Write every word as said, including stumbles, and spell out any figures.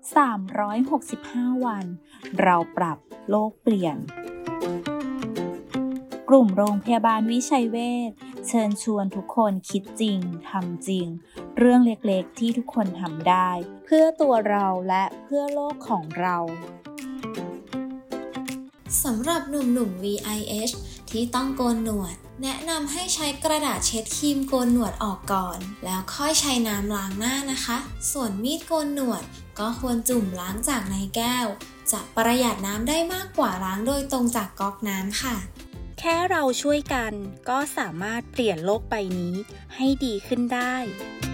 สามร้อยหกสิบห้า วันเราปรับโลกเปลี่ยนกลุ่มโรงพยาบาลวิชัยเวชเชิญชวนทุกคนคิดจริงทำจริงเรื่องเล็กๆที่ทุกคนทำได้เพื่อตัวเราและเพื่อโลกของเราสำหรับหนุ่มๆ วี ไอ เอช ที่ต้องโกนหนวดแนะนำให้ใช้กระดาษเช็ดครีมโกนหนวดออกก่อนแล้วค่อยใช้น้ำล้างหน้านะคะส่วนมีดโกนหนวดก็ควรจุ่มล้างจากในแก้วจะประหยัดน้ำได้มากกว่าล้างโดยตรงจากก๊อกน้ำค่ะแค่เราช่วยกันก็สามารถเปลี่ยนโลกใบนี้ให้ดีขึ้นได้